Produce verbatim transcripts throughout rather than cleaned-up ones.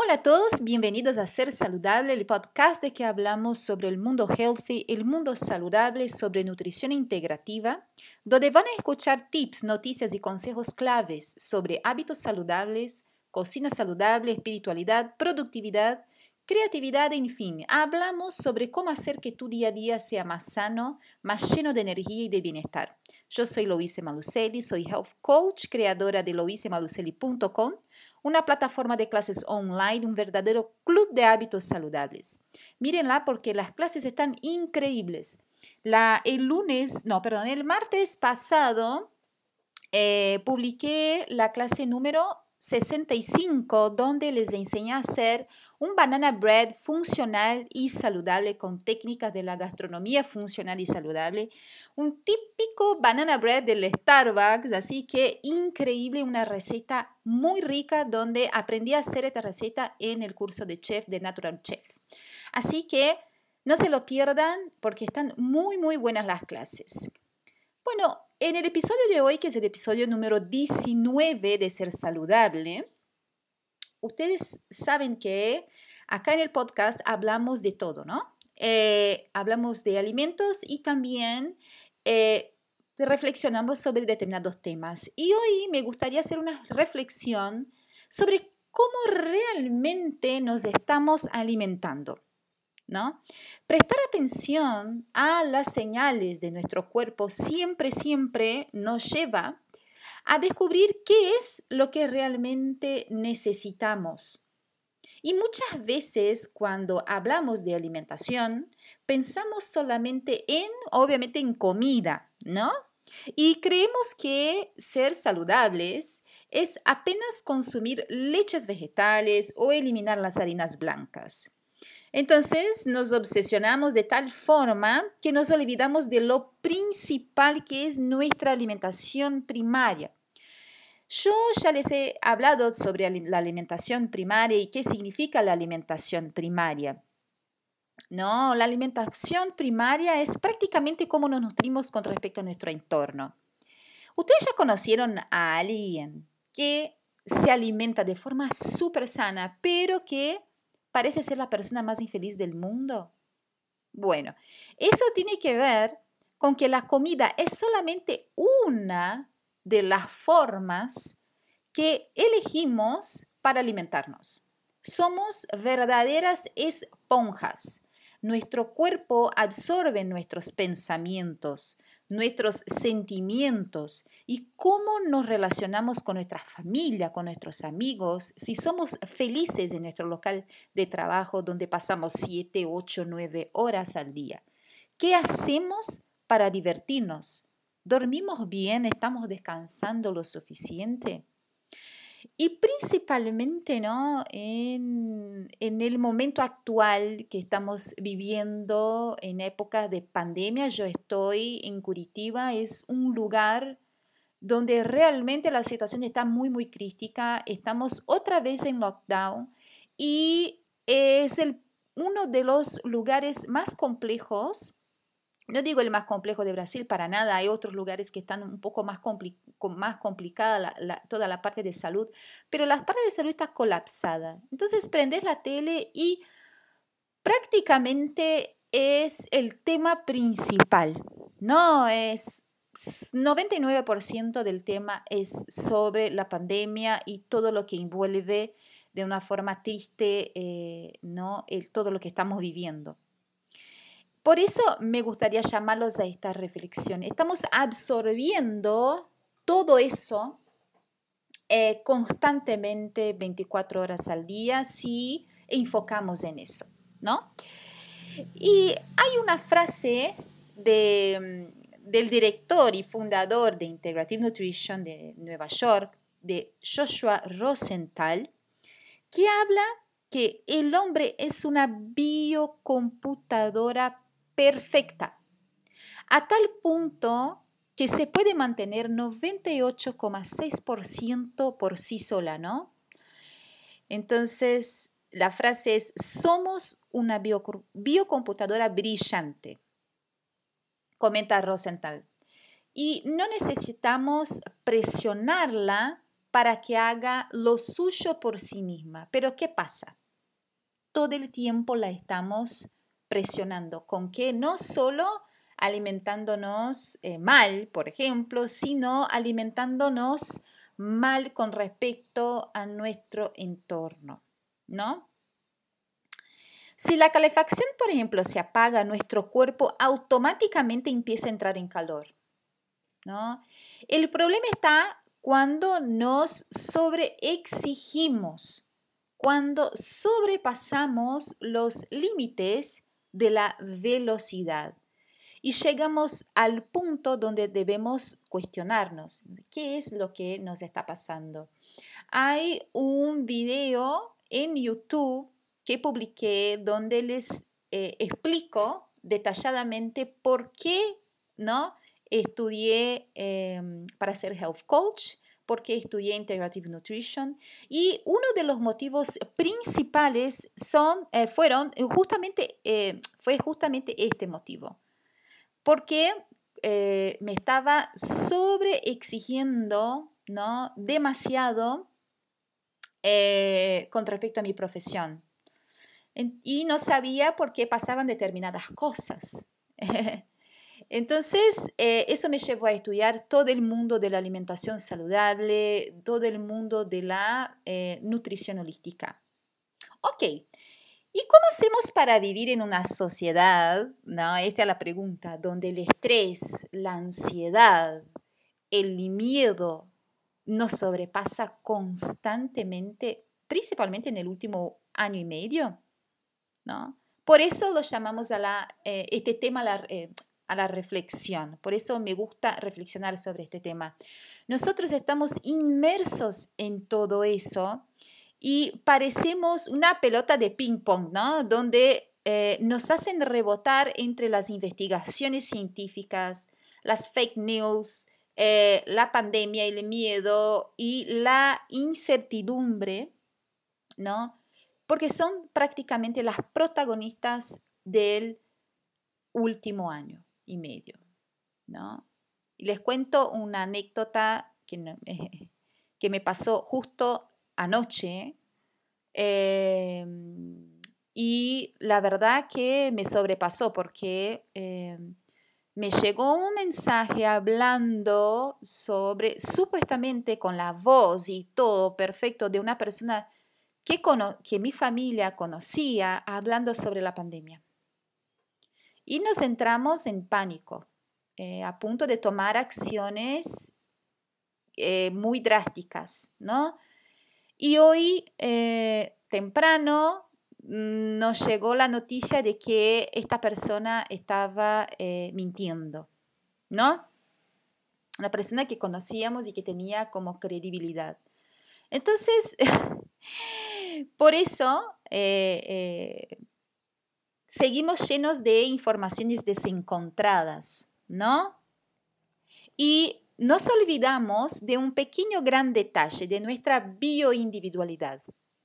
Hola a todos, bienvenidos a Ser Saludable, el podcast de que hablamos sobre el mundo healthy, el mundo saludable, sobre nutrición integrativa, donde van a escuchar tips, noticias y consejos claves sobre hábitos saludables, cocina saludable, espiritualidad, productividad, creatividad, en fin. Hablamos sobre cómo hacer que tu día a día sea más sano, más lleno de energía y de bienestar. Yo soy Louise Malucelli, soy Health Coach, creadora de louise malucelli punto com, una plataforma de clases online, un verdadero club de hábitos saludables. Mírenla porque las clases están increíbles. La, el lunes, no, perdón, el martes pasado eh, publiqué la clase número sesenta y cinco, donde les enseñé a hacer un banana bread funcional y saludable con técnicas de la gastronomía funcional y saludable. Un típico banana bread del Starbucks, así que increíble, una receta muy rica donde aprendí a hacer esta receta en el curso de chef de Natural Chef. Así que no se lo pierdan porque están muy, muy buenas las clases. Bueno, en el episodio de hoy, que es el episodio número diecinueve de Ser Saludable, ustedes saben que acá en el podcast hablamos de todo, ¿no? Eh, hablamos de alimentos y también eh, reflexionamos sobre determinados temas. Y hoy me gustaría hacer una reflexión sobre cómo realmente nos estamos alimentando, ¿no? Prestar atención a las señales de nuestro cuerpo siempre, siempre nos lleva a descubrir qué es lo que realmente necesitamos. Y muchas veces cuando hablamos de alimentación, pensamos solamente en, obviamente, en comida, ¿no? Y creemos que ser saludables es apenas consumir leches vegetales o eliminar las harinas blancas. Entonces nos obsesionamos de tal forma que nos olvidamos de lo principal que es nuestra alimentación primaria. Yo ya les he hablado sobre la alimentación primaria y qué significa la alimentación primaria. No, la alimentación primaria es prácticamente cómo nos nutrimos con respecto a nuestro entorno. ¿Ustedes ya conocieron a alguien que se alimenta de forma súper sana, pero que parece ser la persona más infeliz del mundo? Bueno, eso tiene que ver con que la comida es solamente una de las formas que elegimos para alimentarnos. Somos verdaderas esponjas. Nuestro cuerpo absorbe nuestros pensamientos, nuestros sentimientos y cómo nos relacionamos con nuestra familia, con nuestros amigos, si somos felices en nuestro local de trabajo donde pasamos siete, ocho, nueve horas al día. ¿Qué hacemos para divertirnos? ¿Dormimos bien? ¿Estamos descansando lo suficiente? Y principalmente, ¿no? en, en el momento actual que estamos viviendo en época de pandemia, yo estoy en Curitiba, es un lugar donde realmente la situación está muy, muy crítica. Estamos otra vez en lockdown y es el, uno de los lugares más complejos. No digo el más complejo de Brasil para nada, hay otros lugares que están un poco más, compli más complicada la, la, toda la parte de salud, pero la parte de salud está colapsada. Entonces prendes la tele y prácticamente es el tema principal, ¿no? Es noventa y nueve por ciento del tema es sobre la pandemia y todo lo que envuelve de una forma triste, eh, ¿no? El, todo lo que estamos viviendo. Por eso me gustaría llamarlos a esta reflexión. Estamos absorbiendo todo eso eh, constantemente, veinticuatro horas al día, si enfocamos en eso, ¿no? Y hay una frase de, del director y fundador de Integrative Nutrition de Nueva York, de Joshua Rosenthal, que habla que el hombre es una biocomputadora perfecta, a tal punto que se puede mantener noventa y ocho coma seis por ciento por sí sola, ¿no? Entonces, la frase es, somos una bio, biocomputadora brillante, comenta Rosenthal. Y no necesitamos presionarla para que haga lo suyo por sí misma. Pero ¿qué pasa? Todo el tiempo la estamos presionando. ¿Con qué? No solo alimentándonos eh, mal, por ejemplo, sino alimentándonos mal con respecto a nuestro entorno, ¿no? Si la calefacción, por ejemplo, se apaga, nuestro cuerpo automáticamente empieza a entrar en calor, ¿no? El problema está cuando nos sobreexigimos, cuando sobrepasamos los límites de la velocidad y llegamos al punto donde debemos cuestionarnos qué es lo que nos está pasando. Hay un video en YouTube que publiqué donde les eh, explico detalladamente por qué, ¿no?, estudié eh, para ser health coach, por qué estudié integrative nutrition, y uno de los motivos principales son, eh, fueron justamente, eh, fue justamente este motivo, porque eh, me estaba sobreexigiendo, ¿no?, demasiado eh, con respecto a mi profesión. Y no sabía por qué pasaban determinadas cosas. Entonces, eh, eso me llevó a estudiar todo el mundo de la alimentación saludable, todo el mundo de la eh, nutrición holística. Ok, ¿y cómo hacemos para vivir en una sociedad, no, esta es la pregunta, donde el estrés, la ansiedad, el miedo nos sobrepasa constantemente, principalmente en el último año y medio, ¿no? Por eso lo llamamos a la, eh, este tema a la, eh, a la reflexión. Por eso me gusta reflexionar sobre este tema. Nosotros estamos inmersos en todo eso y parecemos una pelota de ping-pong, ¿no?, donde eh, nos hacen rebotar entre las investigaciones científicas, las fake news, eh, la pandemia, el miedo y la incertidumbre, ¿no?, porque son prácticamente las protagonistas del último año y medio, ¿no? Y les cuento una anécdota que, no, eh, que me pasó justo anoche eh, y la verdad que me sobrepasó porque eh, me llegó un mensaje hablando sobre, supuestamente con la voz y todo perfecto, de una persona que, cono- que mi familia conocía, hablando sobre la pandemia. Y nos entramos en pánico, eh, a punto de tomar acciones eh, muy drásticas, ¿no? Y hoy, eh, temprano, mm, nos llegó la noticia de que esta persona estaba eh, mintiendo, ¿no? Una persona que conocíamos y que tenía como credibilidad. Entonces, por eso eh, eh, seguimos llenos de informaciones desencontradas, ¿no? Y nos olvidamos de un pequeño gran detalle de nuestra bioindividualidad.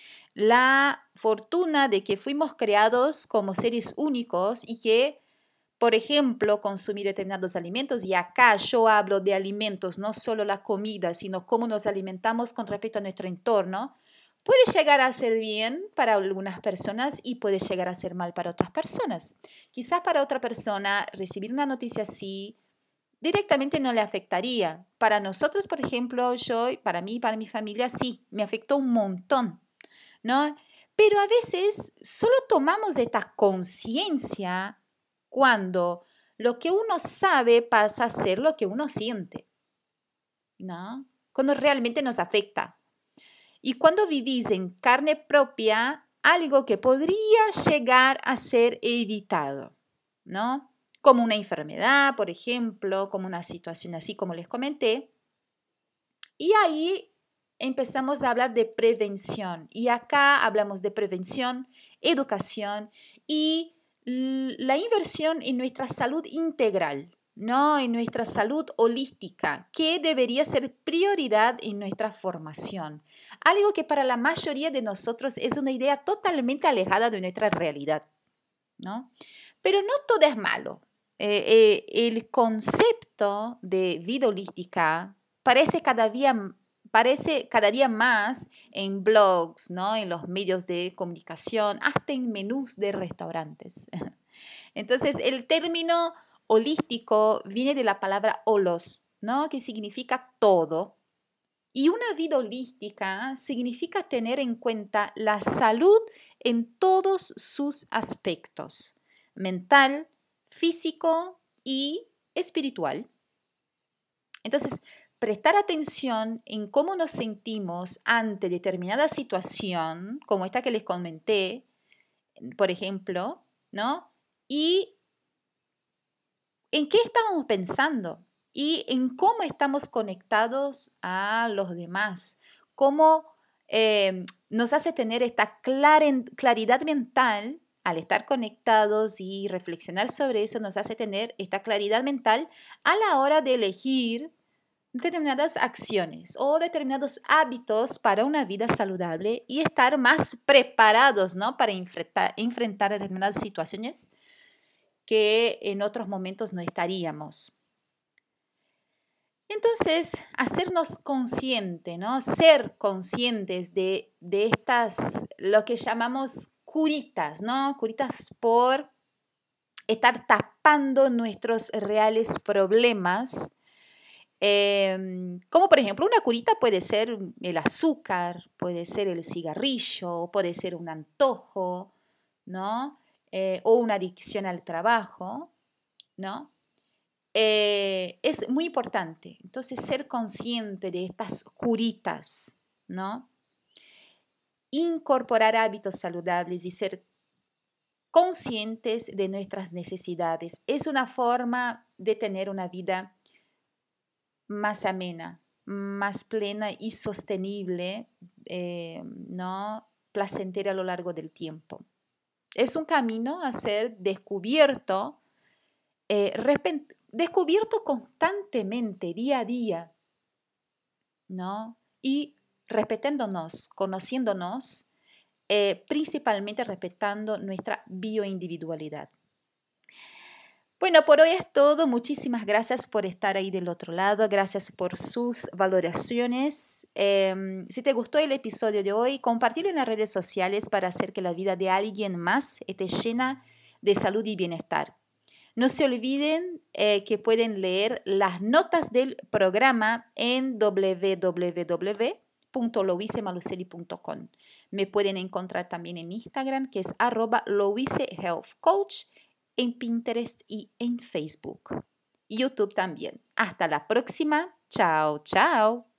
La fortuna de que fuimos creados como seres únicos y que, por ejemplo, consumir determinados alimentos, y acá yo hablo de alimentos, no solo la comida, sino cómo nos alimentamos con respecto a nuestro entorno, puede llegar a ser bien para algunas personas y puede llegar a ser mal para otras personas. Quizás para otra persona recibir una noticia así directamente no le afectaría. Para nosotros, por ejemplo, yo, para mí, para mi familia, sí, me afectó un montón, ¿no? Pero a veces solo tomamos esta conciencia cuando lo que uno sabe pasa a ser lo que uno siente, ¿no? Cuando realmente nos afecta. Y cuando vivís en carne propia, algo que podría llegar a ser evitado, ¿no? Como una enfermedad, por ejemplo, como una situación así como les comenté. Y ahí empezamos a hablar de prevención. Y acá hablamos de prevención, educación y la inversión en nuestra salud integral, ¿no? En nuestra salud holística, que debería ser prioridad en nuestra formación. Algo que para la mayoría de nosotros es una idea totalmente alejada de nuestra realidad, ¿no? Pero no todo es malo. Eh, eh, el concepto de vida holística parece cada día parece cada día más en blogs, ¿no? En los medios de comunicación, hasta en menús de restaurantes. Entonces, el término holístico viene de la palabra holos, ¿no? Que significa todo. Y una vida holística significa tener en cuenta la salud en todos sus aspectos, mental, físico y espiritual. Entonces, prestar atención en cómo nos sentimos ante determinada situación, como esta que les comenté, por ejemplo, ¿no? Y en qué estamos pensando y en cómo estamos conectados a los demás, cómo eh, nos hace tener esta clar- claridad mental. Al estar conectados y reflexionar sobre eso, nos hace tener esta claridad mental a la hora de elegir determinadas acciones o determinados hábitos para una vida saludable y estar más preparados, ¿no? Para enfrentar, enfrentar determinadas situaciones que en otros momentos no estaríamos. Entonces, hacernos conscientes, ¿no? Ser conscientes de, de estas, lo que llamamos curitas, ¿no? Curitas por estar tapando nuestros reales problemas. Eh, como por ejemplo, una curita puede ser el azúcar, puede ser el cigarrillo, puede ser un antojo, ¿no? Eh, o una adicción al trabajo, ¿no? Eh, es muy importante, entonces, ser consciente de estas curitas, ¿no? Incorporar hábitos saludables y ser conscientes de nuestras necesidades es una forma de tener una vida más amena, más plena y sostenible, eh, ¿no? Placentera a lo largo del tiempo. Es un camino a ser descubierto, eh, descubierto constantemente, día a día, ¿no? Y respetándonos, conociéndonos, eh, principalmente respetando nuestra bioindividualidad. Bueno, por hoy es todo. Muchísimas gracias por estar ahí del otro lado. Gracias por sus valoraciones. Eh, si te gustó el episodio de hoy, compartirlo en las redes sociales para hacer que la vida de alguien más esté llena de salud y bienestar. No se olviden eh, que pueden leer las notas del programa en w w w punto louise malucelli punto com. Me pueden encontrar también en Instagram, que es arroba Louise Health Coach, en Pinterest y en Facebook. YouTube también. Hasta la próxima. Chao, chao.